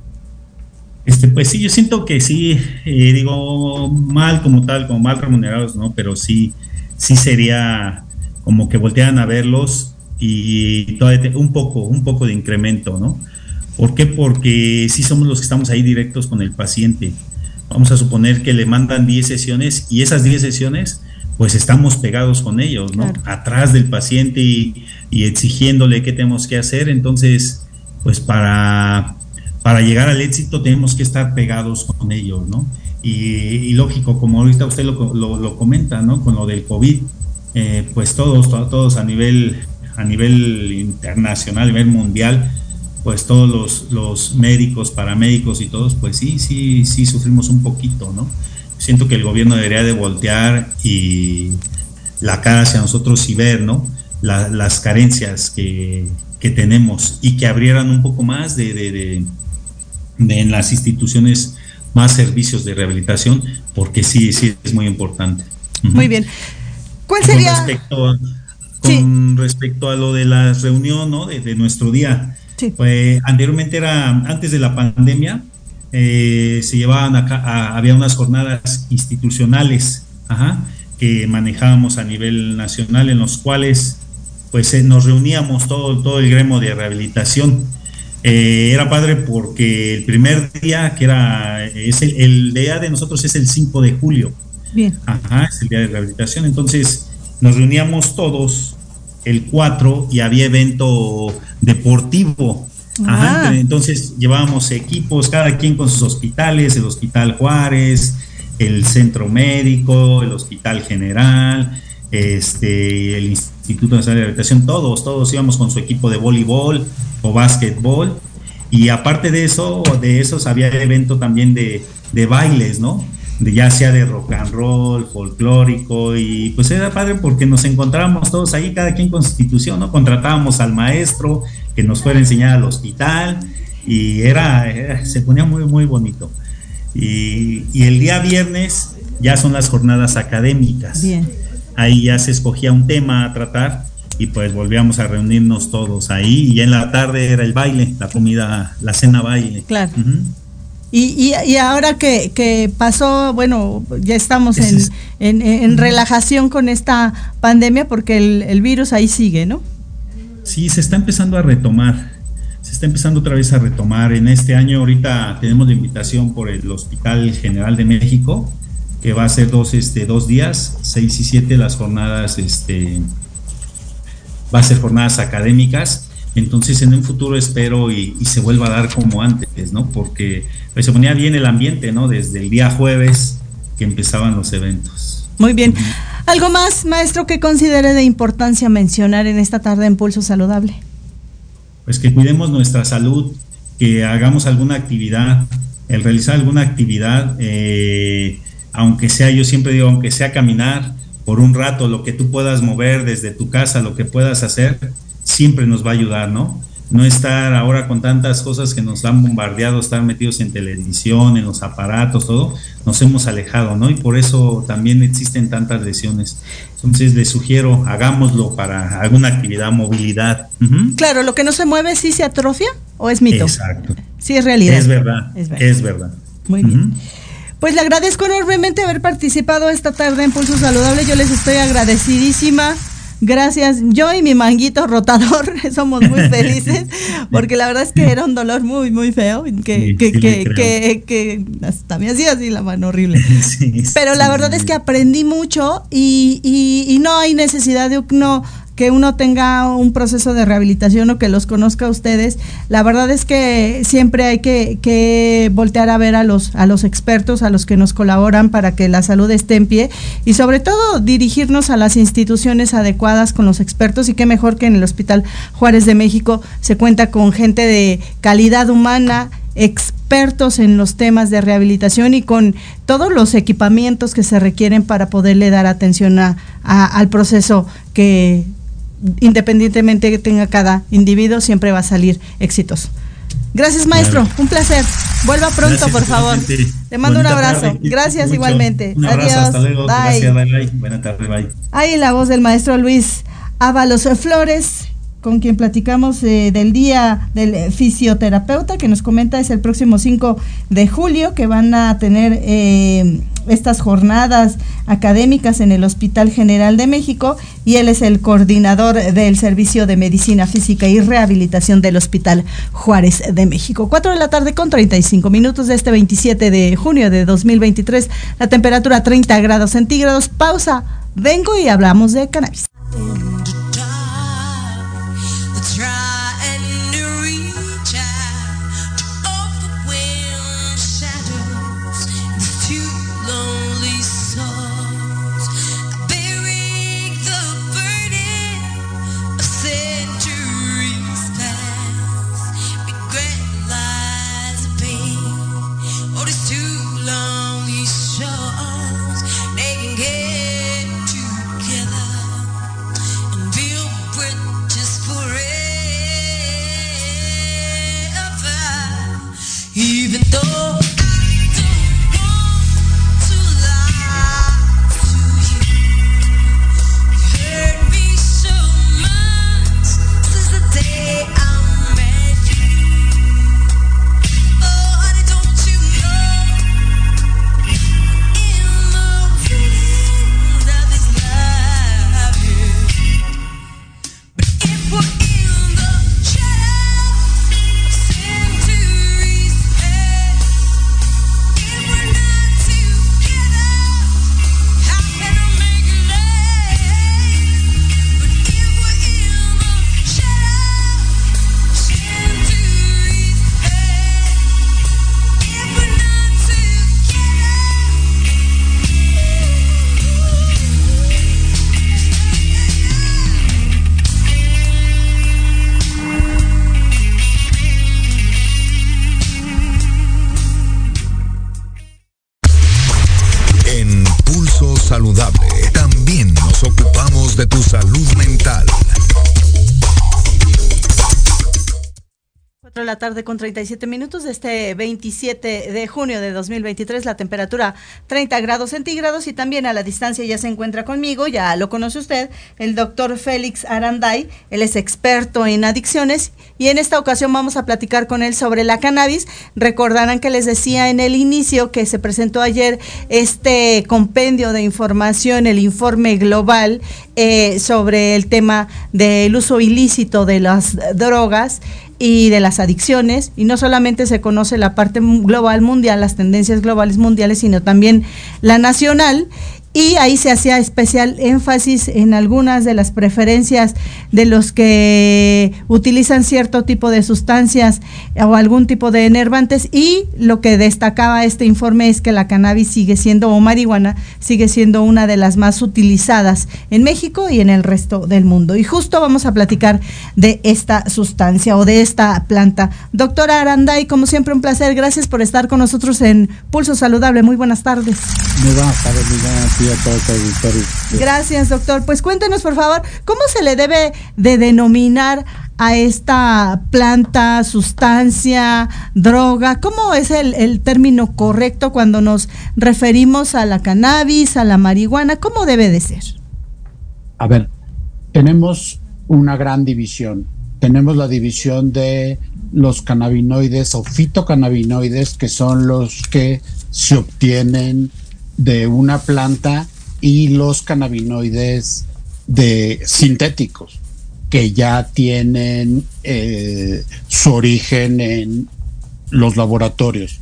Pues sí, yo siento que sí, digo, mal remunerados, ¿no? Pero sí sería como que voltearan a verlos y todavía un poco de incremento, ¿no? ¿Por qué? Porque sí somos los que estamos ahí directos con el paciente. Vamos a suponer que le mandan 10 sesiones y esas 10 sesiones pues estamos pegados con ellos, ¿no? Claro. Atrás del paciente y exigiéndole qué tenemos que hacer. Entonces, pues para llegar al éxito tenemos que estar pegados con ellos, ¿no? Y lógico, como ahorita usted lo comenta, ¿no? Con lo del COVID, pues todos a nivel internacional, a nivel mundial, pues todos los médicos, paramédicos y todos, pues sí sufrimos un poquito, ¿no? Siento que el gobierno debería de voltear y la cara hacia nosotros y ver, ¿no? Las carencias que tenemos, y que abrieran un poco más de en las instituciones más servicios de rehabilitación, porque sí es muy importante. Muy bien. ¿Cuál sería? Con respecto a lo de la reunión, ¿no? de nuestro día, sí. Pues anteriormente antes de la pandemia, se llevaban había unas jornadas institucionales que manejábamos a nivel nacional, en los cuales pues nos reuníamos todo el gremio de rehabilitación. Era padre porque el primer día, que el día de nosotros es el 5 de julio. Bien. Es el día de rehabilitación. Entonces nos reuníamos todos el 4 y había evento deportivo. Entonces llevábamos equipos, cada quien con sus hospitales, el Hospital Juárez, el Centro Médico, el Hospital General, el Instituto Nacional de Rehabilitación, todos íbamos con su equipo de voleibol o básquetbol, y aparte de esos había evento también de bailes, ¿no? Ya sea de rock and roll, folclórico, y pues era padre porque nos encontrábamos todos ahí, cada quien con su institución, ¿no? Contratábamos al maestro que nos fuera a enseñar al hospital, y se ponía muy, muy bonito. Y el día viernes ya son las jornadas académicas. Bien. Ahí ya se escogía un tema a tratar, y pues volvíamos a reunirnos todos ahí, y ya en la tarde era el baile, la comida, la cena baile. Claro. Uh-huh. Y ahora que pasó, bueno, ya estamos en relajación con esta pandemia, porque el virus ahí sigue, ¿no? Sí, se está empezando a retomar, se está empezando otra vez a retomar. En este año ahorita tenemos la invitación por el Hospital General de México, que va a ser 2 días, 6 y 7 las jornadas, va a ser jornadas académicas. Entonces en un futuro espero y se vuelva a dar como antes, ¿no? Porque pues, se ponía bien el ambiente, ¿no? Desde el día jueves que empezaban los eventos. Muy bien. ¿Algo más, maestro, que considere de importancia mencionar en esta tarde en Pulso Saludable? Pues que cuidemos nuestra salud, que hagamos alguna actividad, el realizar alguna actividad, aunque sea, yo siempre digo, aunque sea caminar por un rato, lo que tú puedas mover desde tu casa, lo que puedas hacer, siempre nos va a ayudar, ¿no? No estar ahora con tantas cosas que nos han bombardeado, estar metidos en televisión, en los aparatos, todo, nos hemos alejado, ¿no? Y por eso también existen tantas lesiones. Entonces les sugiero, hagámoslo para alguna actividad, movilidad. Uh-huh. Claro, lo que no se mueve, ¿sí se atrofia o es mito? Exacto. Sí, es realidad. Es verdad. Muy bien. Pues le agradezco enormemente haber participado esta tarde en Pulso Saludable. Yo les estoy agradecidísima. Gracias, yo y mi manguito rotador somos muy felices, porque la verdad es que era un dolor muy, muy feo, que hasta me hacía así la mano horrible. Pero la verdad es que aprendí mucho y no hay necesidad de que uno tenga un proceso de rehabilitación o que los conozca a ustedes. La verdad es que siempre hay que voltear a ver a los expertos, a los que nos colaboran para que la salud esté en pie, y sobre todo dirigirnos a las instituciones adecuadas con los expertos, y qué mejor que en el Hospital Juárez de México se cuenta con gente de calidad humana, expertos en los temas de rehabilitación y con todos los equipamientos que se requieren para poderle dar atención al proceso que, independientemente que tenga cada individuo, siempre va a salir exitoso. Gracias, maestro, claro. Un placer. Vuelva pronto, gracias, por favor. Te mando un abrazo. Tarde. Gracias, igualmente. Un abrazo, adiós. Hasta luego. Bye. Gracias, bye. Buena tarde, bye. Ahí la voz del maestro Luis Ábalos Flores, con quien platicamos del día del fisioterapeuta, que nos comenta es el próximo 5 de julio, que van a tener estas jornadas académicas en el Hospital General de México, y él es el coordinador del Servicio de Medicina Física y Rehabilitación del Hospital Juárez de México. 4:35 p.m. de este 27 de junio de 2023, la temperatura 30 grados centígrados. Pausa, vengo y hablamos de cannabis. cuidamos de tu salud mental. 4 de la tarde con 37 minutos de este 27 de junio de 2023, la temperatura 30 grados centígrados y también a la distancia ya se encuentra conmigo, ya lo conoce usted, el doctor Félix Aranday. Él es experto en adicciones y en esta ocasión vamos a platicar con él sobre la cannabis. Recordarán que les decía en el inicio que se presentó ayer este compendio de información, el informe global sobre el tema del uso ilícito de las drogas y de las adicciones, y no solamente se conoce la parte global mundial, las tendencias globales mundiales, sino también la nacional, y ahí se hacía especial énfasis en algunas de las preferencias de los que utilizan cierto tipo de sustancias o algún tipo de enervantes, y lo que destacaba este informe es que la cannabis sigue siendo, o marihuana, sigue siendo una de las más utilizadas en México y en el resto del mundo. Y justo vamos a platicar de esta sustancia o de esta planta. Doctora Aranday, como siempre un placer, gracias por estar con nosotros en Pulso Saludable. Muy buenas tardes. Muy buenas tardes, a todos los auditores. Gracias, doctor. Pues cuéntenos, por favor, ¿cómo se le debe de denominar a esta planta, sustancia, droga? ¿Cómo es el término correcto cuando nos referimos a la cannabis, a la marihuana? ¿Cómo debe de ser? A ver, tenemos una gran división. Tenemos la división de los cannabinoides o fitocannabinoides, que son los que se obtienen de una planta, y los cannabinoides sintéticos, que ya tienen su origen en los laboratorios.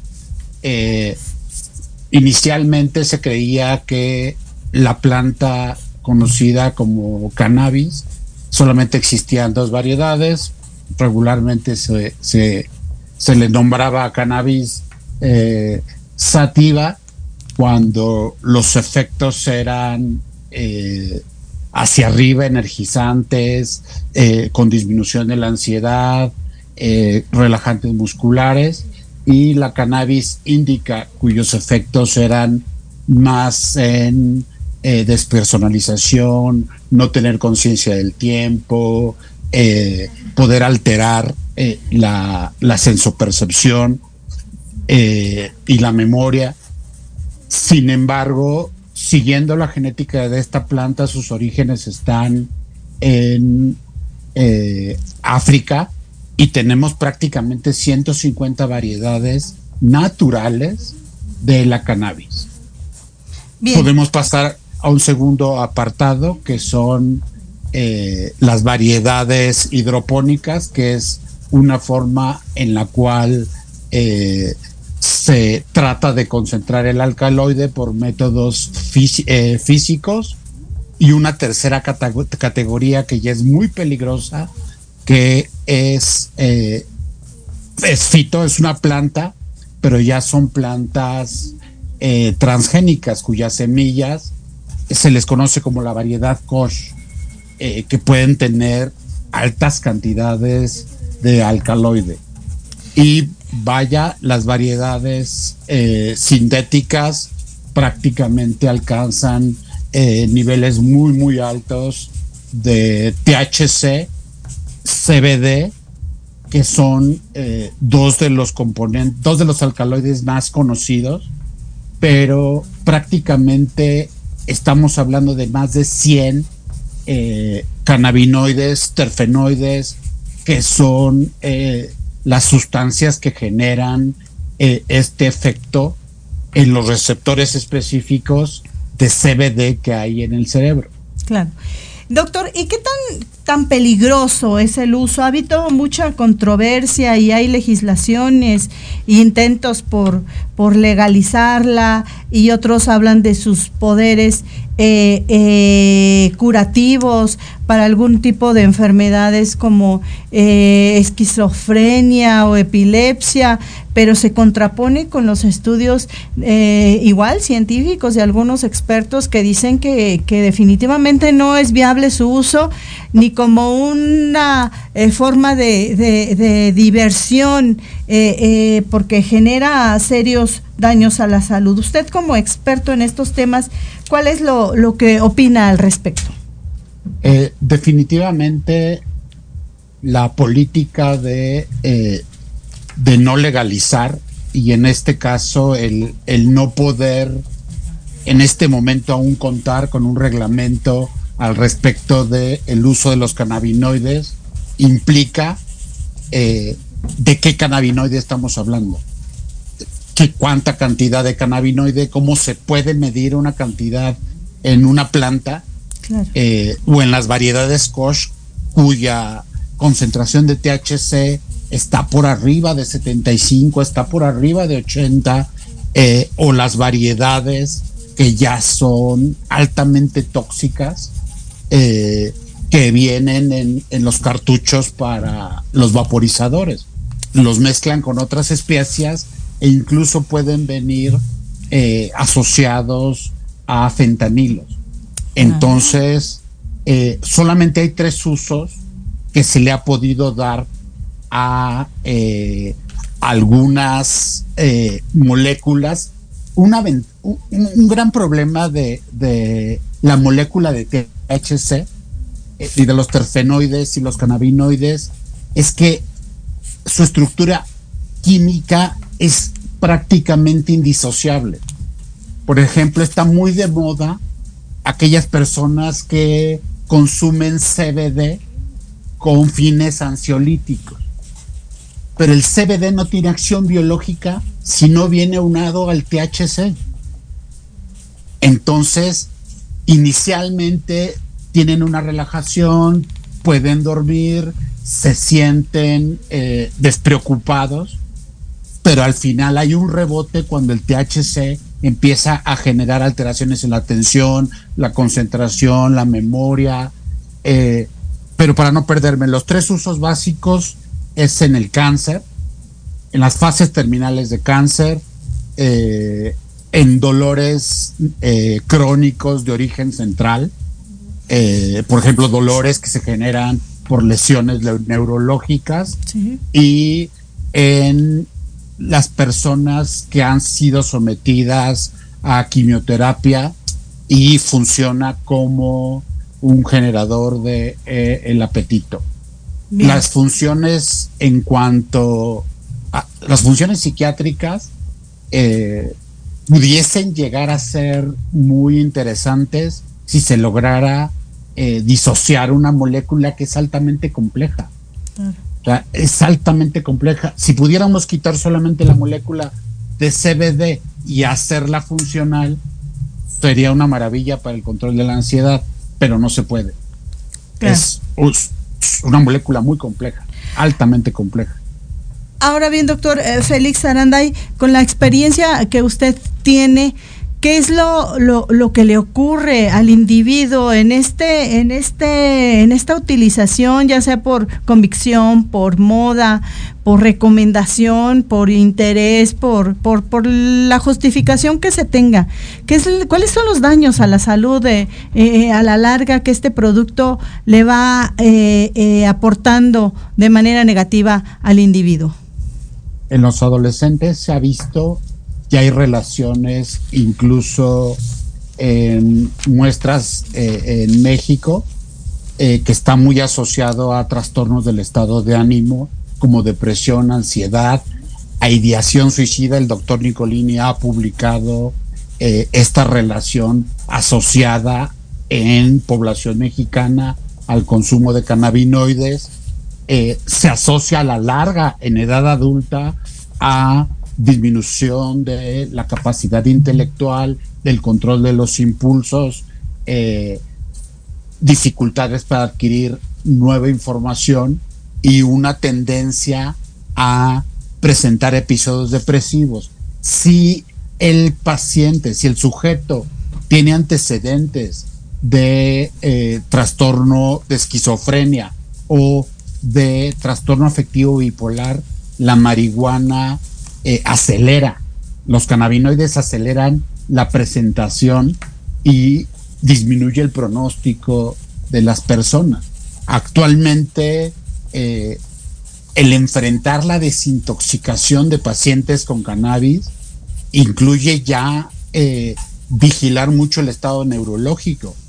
Inicialmente se creía que la planta conocida como cannabis solamente existían dos variedades. Regularmente se le nombraba cannabis sativa cuando los efectos eran hacia arriba, energizantes, con disminución de la ansiedad, relajantes musculares, y la cannabis indica, cuyos efectos eran más en despersonalización, no tener conciencia del tiempo, poder alterar la sensopercepción y la memoria. Sin embargo, siguiendo la genética de esta planta, sus orígenes están en África, y tenemos prácticamente 150 variedades naturales de la cannabis. Bien. Podemos pasar a un segundo apartado, que son las variedades hidropónicas, que es una forma en la cual se trata de concentrar el alcaloide por métodos físicos, y una tercera categoría que ya es muy peligrosa, que es fito, es una planta, pero ya son plantas transgénicas, cuyas semillas se les conoce como la variedad Koch, que pueden tener altas cantidades de alcaloide. Y vaya, las variedades sintéticas prácticamente alcanzan niveles muy muy altos de THC, CBD, que son dos de los alcaloides más conocidos, pero prácticamente estamos hablando de más de 100 cannabinoides, terpenoides, que son las sustancias que generan este efecto en los receptores específicos de CBD que hay en el cerebro. Claro. Doctor, ¿y qué tan peligroso es el uso? Ha habido mucha controversia y hay legislaciones e intentos por legalizarla, y otros hablan de sus poderes curativos para algún tipo de enfermedades como esquizofrenia o epilepsia, pero se contrapone con los estudios igual científicos de algunos expertos que dicen que definitivamente no es viable su uso, ni como una forma de diversión, porque genera serios daños a la salud. Usted, como experto en estos temas, ¿cuál es lo que opina al respecto? Definitivamente la política de no legalizar, y en este caso el no poder en este momento aún contar con un reglamento al respecto del uso de los cannabinoides, implica de qué cannabinoide estamos hablando, cuánta cantidad de cannabinoide, cómo se puede medir una cantidad en una planta, claro, o en las variedades Kush, cuya concentración de THC está por arriba de 75, está por arriba de 80, o las variedades que ya son altamente tóxicas, que vienen en los cartuchos para los vaporizadores. Los mezclan con otras especias e incluso pueden venir asociados a fentanilos. Entonces, solamente hay 3 usos que se le ha podido dar a algunas moléculas. Un gran problema de la molécula de THC y de los terpenoides y los cannabinoides es que su estructura química es prácticamente indisociable. Por ejemplo, está muy de moda aquellas personas que consumen CBD con fines ansiolíticos, pero el CBD no tiene acción biológica si no viene aunado al THC. Entonces, inicialmente tienen una relajación, pueden dormir, se sienten despreocupados, pero al final hay un rebote cuando el THC empieza a generar alteraciones en la atención, la concentración, la memoria. Pero para no perderme, los 3 usos básicos es en el cáncer, en las fases terminales de cáncer, en dolores crónicos de origen central, por ejemplo, dolores que se generan por lesiones neurológicas, sí, y en las personas que han sido sometidas a quimioterapia y funciona como un generador de el apetito. Bien. Las funciones en cuanto a las funciones psiquiátricas pudiesen llegar a ser muy interesantes si se lograra disociar una molécula que es altamente compleja. O sea, es altamente compleja. Si pudiéramos quitar solamente la molécula de CBD y hacerla funcional, sería una maravilla para el control de la ansiedad, pero no se puede. Claro. Es una molécula muy compleja, altamente compleja. Ahora bien, doctor Félix Aranday, con la experiencia que usted tiene, ¿qué es lo que le ocurre al individuo en esta utilización, ya sea por convicción, por moda, por recomendación, por interés, por la justificación que se tenga? ¿Cuáles son los daños a la salud a la larga que este producto le va aportando de manera negativa al individuo? En los adolescentes se ha visto que hay relaciones, incluso en muestras en México, que está muy asociado a trastornos del estado de ánimo, como depresión, ansiedad, a ideación suicida. El doctor Nicolini ha publicado esta relación asociada en población mexicana al consumo de cannabinoides. Se asocia a la larga en edad adulta a disminución de la capacidad intelectual, del control de los impulsos, dificultades para adquirir nueva información y una tendencia a presentar episodios depresivos. Si el paciente, si el sujeto tiene antecedentes de trastorno de esquizofrenia o de trastorno afectivo bipolar, la marihuana acelera, los cannabinoides aceleran la presentación y disminuye el pronóstico de las personas. Actualmente, el enfrentar la desintoxicación de pacientes con cannabis incluye ya vigilar mucho el estado neurológico,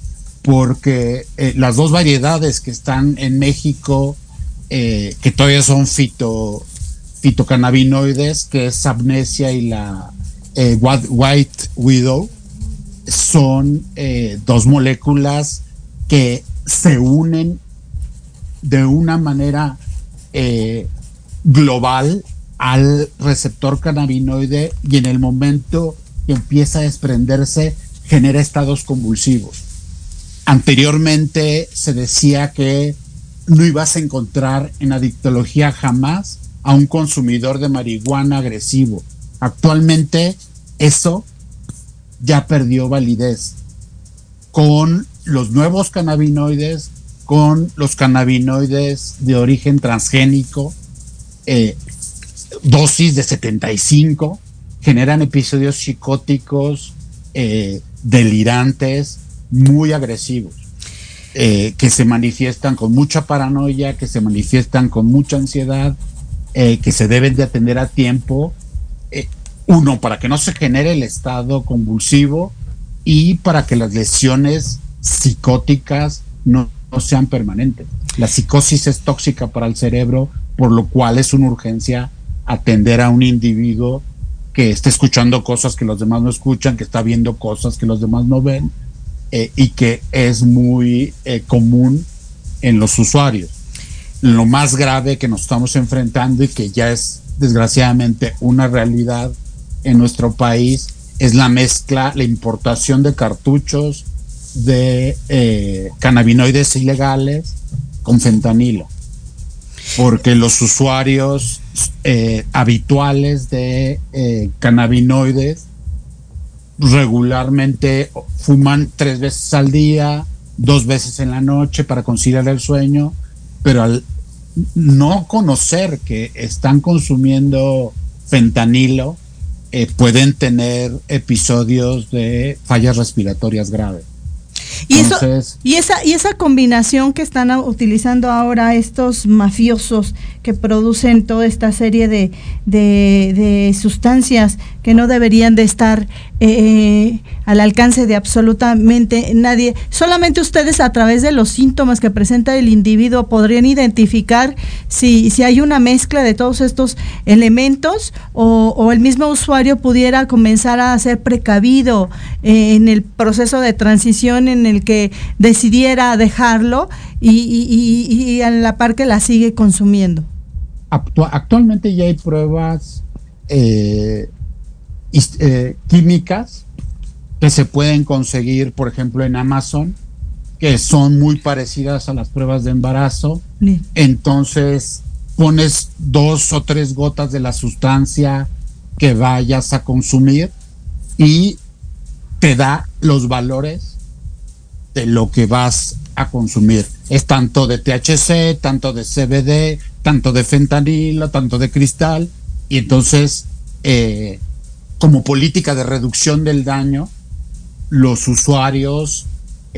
porque las dos variedades que están en México, que todavía son fitocannabinoides, que es Sapnesia y la White Widow, son dos moléculas que se unen de una manera global al receptor cannabinoide, y en el momento que empieza a desprenderse genera estados convulsivos. Anteriormente se decía que no ibas a encontrar en adictología jamás a un consumidor de marihuana agresivo. Actualmente eso ya perdió validez. Con los nuevos cannabinoides, con los cannabinoides de origen transgénico, dosis de 75, generan episodios psicóticos delirantes, muy agresivos, que se manifiestan con mucha paranoia, que se manifiestan con mucha ansiedad, que se deben de atender a tiempo, uno, para que no se genere el estado convulsivo y para que las lesiones psicóticas no sean permanentes. La psicosis es tóxica para el cerebro, por lo cual es una urgencia atender a un individuo que está escuchando cosas que los demás no escuchan, que está viendo cosas que los demás no ven, y que es muy común en los usuarios. Lo más grave que nos estamos enfrentando, y que ya es desgraciadamente una realidad en nuestro país, es la mezcla, la importación de cartuchos de cannabinoides ilegales con fentanilo, porque los usuarios habituales de cannabinoides regularmente fuman 3 veces al día, 2 veces en la noche para conciliar el sueño, pero al no conocer que están consumiendo fentanilo, pueden tener episodios de fallas respiratorias graves. Entonces, y esa combinación que están utilizando ahora estos mafiosos que producen toda esta serie de sustancias que no deberían de estar al alcance de absolutamente nadie, solamente ustedes, a través de los síntomas que presenta el individuo, podrían identificar si hay una mezcla de todos estos elementos, o el mismo usuario pudiera comenzar a ser precavido en el proceso de transición en el que decidiera dejarlo y a la par que la sigue consumiendo. Actualmente ya hay pruebas químicas que se pueden conseguir, por ejemplo, en Amazon, que son muy parecidas a las pruebas de embarazo. Sí. Entonces pones 2 o 3 gotas de la sustancia que vayas a consumir y te da los valores de lo que vas a consumir. Es tanto de THC, tanto de CBD, tanto de fentanilo, tanto de cristal, y entonces como política de reducción del daño, los usuarios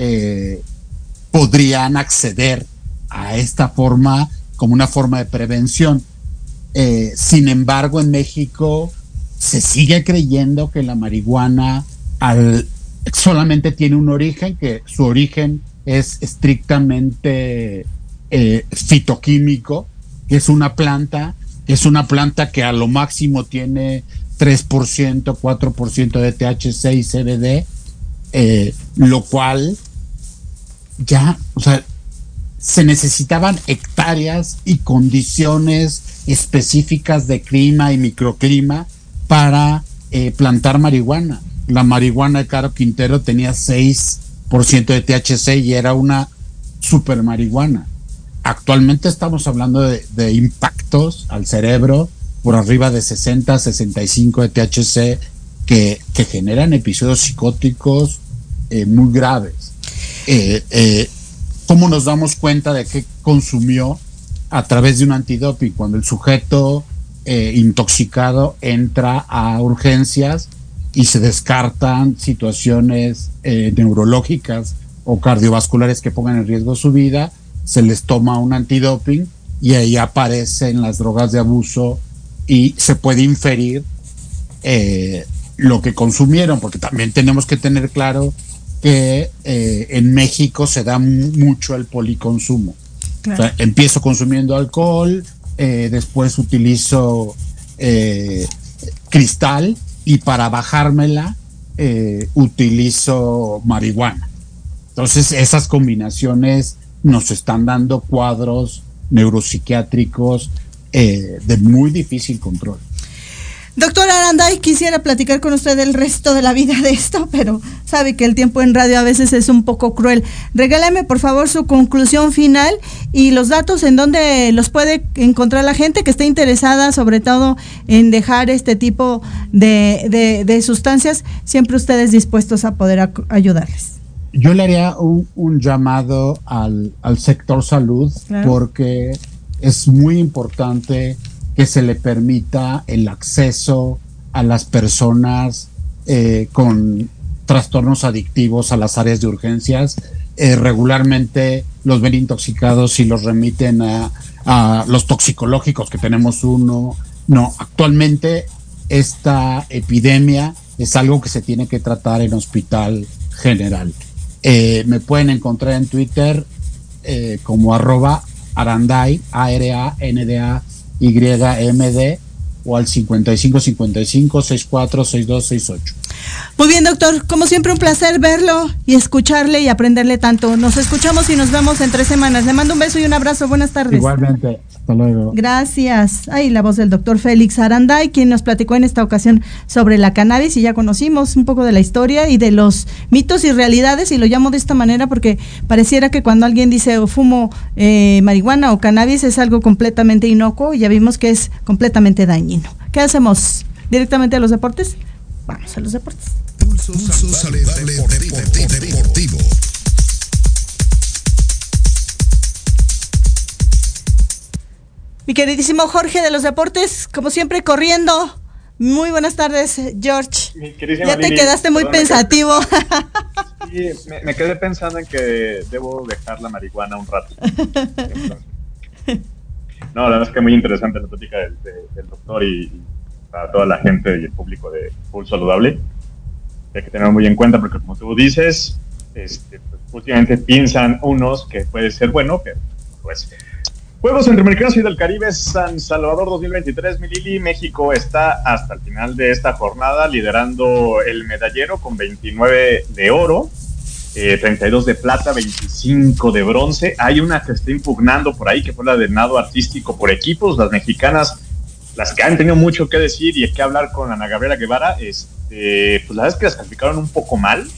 podrían acceder a esta forma como una forma de prevención. Sin embargo, en México se sigue creyendo que la marihuana solamente tiene un origen, que su origen es estrictamente fitoquímico, que es una planta que a lo máximo tiene 3%, 4% de THC y CBD, lo cual ya, o sea, se necesitaban hectáreas y condiciones específicas de clima y microclima para plantar marihuana. La marihuana de Caro Quintero tenía 6% de THC y era una super marihuana. Actualmente estamos hablando de impactos al cerebro por arriba de 60, 65 de THC que generan episodios psicóticos muy graves. ¿Cómo nos damos cuenta de que consumió? A través de un antidoping. Cuando el sujeto intoxicado entra a urgencias y se descartan situaciones neurológicas o cardiovasculares que pongan en riesgo su vida, se les toma un antidoping y ahí aparecen las drogas de abuso y se puede inferir lo que consumieron, porque también tenemos que tener claro que en México se da mucho el policonsumo. Claro. O sea, empiezo consumiendo alcohol, después utilizo cristal y para bajármela utilizo marihuana. Entonces esas combinaciones nos están dando cuadros neuropsiquiátricos de muy difícil control. Doctor Aranday, quisiera platicar con usted el resto de la vida de esto, pero sabe que el tiempo en radio a veces es un poco cruel. Regálame, por favor, su conclusión final y los datos en donde los puede encontrar la gente que esté interesada, sobre todo en dejar este tipo de sustancias, siempre ustedes dispuestos a poder ayudarles. Yo le haría un llamado al sector salud, claro, porque es muy importante que se le permita el acceso a las personas con trastornos adictivos a las áreas de urgencias. Regularmente los ven intoxicados y los remiten a los toxicológicos, que tenemos uno. No, actualmente esta epidemia es algo que se tiene que tratar en hospital general. Me pueden encontrar en Twitter como @Aranday, ARANDAYMD, o al 5555-646268. Muy bien, doctor, como siempre un placer verlo y escucharle y aprenderle tanto. Nos escuchamos y nos vemos en 3 semanas. Le mando un beso y un abrazo. Buenas tardes. Igualmente, hasta luego. Gracias. Ahí la voz del doctor Félix Aranday, quien nos platicó en esta ocasión sobre la cannabis, y ya conocimos un poco de la historia y de los mitos y realidades, y lo llamo de esta manera porque pareciera que cuando alguien dice fumo marihuana o cannabis es algo completamente inocuo, y ya vimos que es completamente dañino. ¿Qué hacemos? ¿Directamente a los deportes? Vamos a los deportes. Pulso saludable deportivo. Mi queridísimo Jorge de los deportes, como siempre corriendo. Muy buenas tardes, George. Ya te quedaste muy pensativo. Sí, me quedé pensando en que debo dejar la marihuana un rato. No, la verdad es que muy interesante la plática del doctor y para toda la gente y el público de Pulso Saludable. Hay que tenerlo muy en cuenta porque, como tú dices, pues, últimamente piensan unos que puede ser bueno, pero pues... Juegos Centroamericanos y del Caribe San Salvador 2023, mi Lili. México está hasta el final de esta jornada liderando el medallero con 29 de oro, 32 de plata, 25 de bronce. Hay una que está impugnando por ahí, que fue la de nado artístico por equipos. Las mexicanas, las que han tenido mucho que decir y que hablar con Ana Gabriela Guevara, pues la verdad es que las calificaron un poco mal.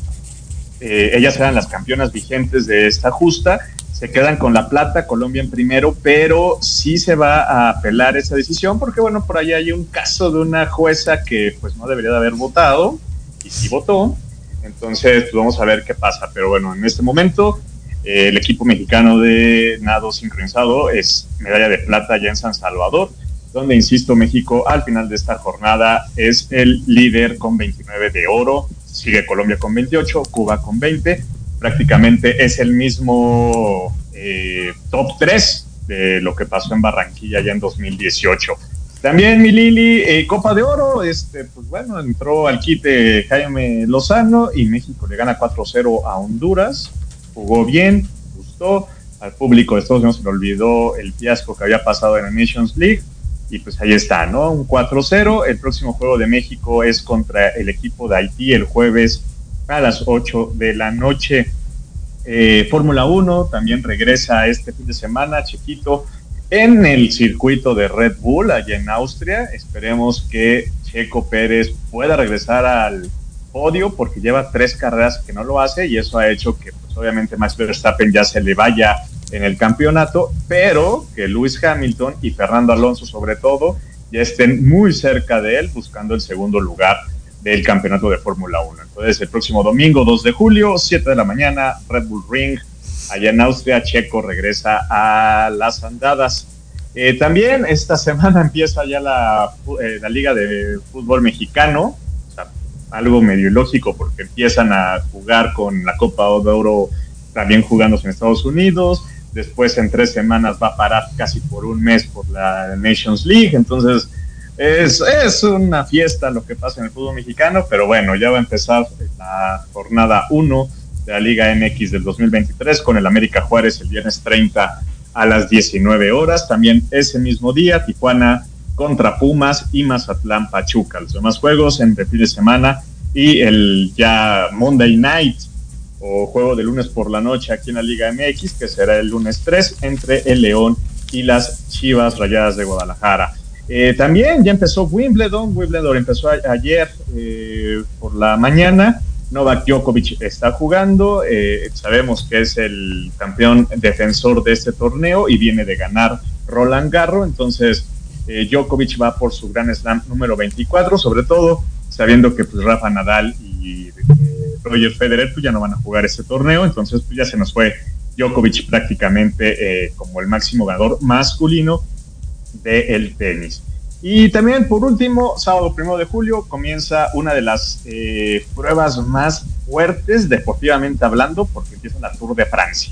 Ellas eran las campeonas vigentes de esta justa. Se quedan con la plata, Colombia en primero, pero sí se va a apelar esa decisión porque, bueno, por ahí hay un caso de una jueza que pues no debería de haber votado y sí votó. Entonces, pues vamos a ver qué pasa. Pero bueno, en este momento el equipo mexicano de nado sincronizado es medalla de plata ya en San Salvador, donde, insisto, México al final de esta jornada es el líder con 29 de oro. Sigue Colombia con 28, Cuba con 20. Prácticamente es el mismo top 3 de lo que pasó en Barranquilla ya en 2018. También, mi Lili, Copa de Oro, pues bueno, entró al quite Jaime Lozano y México le gana 4-0 a Honduras. Jugó bien, gustó. Al público de Estados Unidos se le olvidó el fiasco que había pasado en la Nations League. Y pues ahí está, ¿no? Un 4-0. El próximo juego de México es contra el equipo de Haití el jueves a las 8 de la noche. Fórmula 1 también regresa este fin de semana, Chequito, en el circuito de Red Bull, allá en Austria. Esperemos que Checo Pérez pueda regresar al podio, porque lleva 3 carreras que no lo hace, y eso ha hecho que pues obviamente Max Verstappen ya se le vaya en el campeonato, pero que Lewis Hamilton y Fernando Alonso sobre todo ya estén muy cerca de él buscando el segundo lugar del campeonato de Fórmula 1. Entonces, el próximo domingo, 2 de julio, 7 de la mañana, Red Bull Ring, allá en Austria. Checo regresa a las andadas. También esta semana empieza ya la Liga de Fútbol Mexicano, o sea, algo medio ilógico porque empiezan a jugar con la Copa de Oro también jugándose en Estados Unidos. Después, en 3 semanas, va a parar casi por un mes por la Nations League. Entonces, es una fiesta lo que pasa en el fútbol mexicano, pero bueno, ya va a empezar la jornada 1 de la Liga MX del 2023 con el América Juárez el viernes 30 a las 19 horas. También ese mismo día, Tijuana contra Pumas y Mazatlán Pachuca. Los demás juegos en el fin de semana y el ya Monday Night o juego de lunes por la noche aquí en la Liga MX, que será el lunes 3 entre el León y las Chivas Rayadas de Guadalajara. También ya empezó Wimbledon empezó ayer por la mañana. Novak Djokovic está jugando, sabemos que es el campeón defensor de este torneo y viene de ganar Roland Garros, entonces Djokovic va por su Grand Slam número 24, sobre todo sabiendo que pues Rafa Nadal y Roger Federer pues ya no van a jugar ese torneo, entonces pues ya se nos fue Djokovic prácticamente como el máximo ganador masculino del tenis. Y también, por último, sábado 1 de julio comienza una de las pruebas más fuertes deportivamente hablando, porque empieza la Tour de Francia.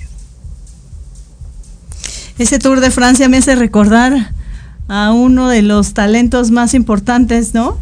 Ese Tour de Francia me hace recordar a uno de los talentos más importantes, ¿no?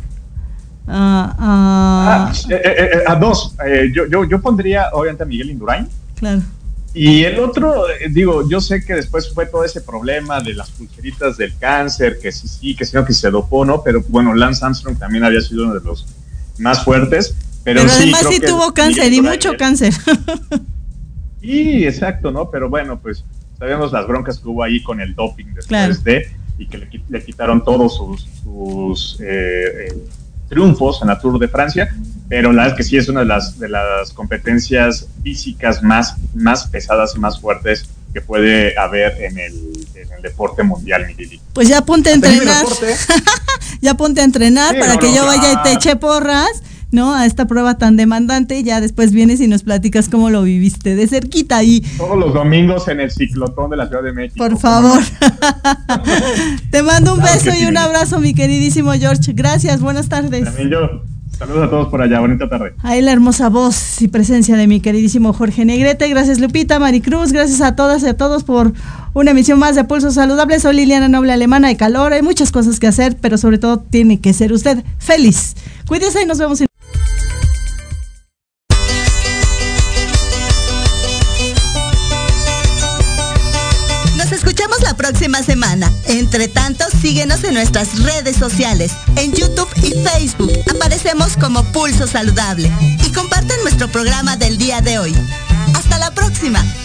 A dos. Yo pondría, obviamente, a Miguel Indurain. Claro. Y el otro, digo, yo sé que después fue todo ese problema de las pulseritas del cáncer, que sí, que sí, que se dopó, ¿no? Pero bueno, Lance Armstrong también había sido uno de los más fuertes. Pero sí, además sí tuvo cáncer y mucho cáncer. Sí, exacto, ¿no? Pero bueno, pues sabemos las broncas que hubo ahí con el doping después y que le quitaron todos sus triunfos en la Tour de Francia, pero la verdad es que sí es una de las competencias físicas más pesadas y más fuertes que puede haber en el deporte mundial, Miguelito. Pues ya ponte a entrenar. Ya ponte a entrenar para que yo vaya y te eche porras, ¿no? A esta prueba tan demandante, y ya después vienes y nos platicas cómo lo viviste de cerquita ahí. Todos los domingos en el ciclotón de la Ciudad de México. Por favor. Te mando un beso y un abrazo, mi queridísimo George. Gracias, buenas tardes. También yo. Saludos a todos por allá, bonita tarde. Ahí la hermosa voz y presencia de mi queridísimo Jorge Negrete. Gracias, Lupita, Maricruz, gracias a todas y a todos por una emisión más de Pulso Saludable. Soy Liliana Noble, alemana de calor. Hay muchas cosas que hacer, pero sobre todo tiene que ser usted feliz. Cuídese y nos vemos. Nos escuchamos la próxima semana. Entre tanto, síguenos en nuestras redes sociales, en YouTube y Facebook. Aparecemos como Pulso Saludable. Y compartan nuestro programa del día de hoy. Hasta la próxima.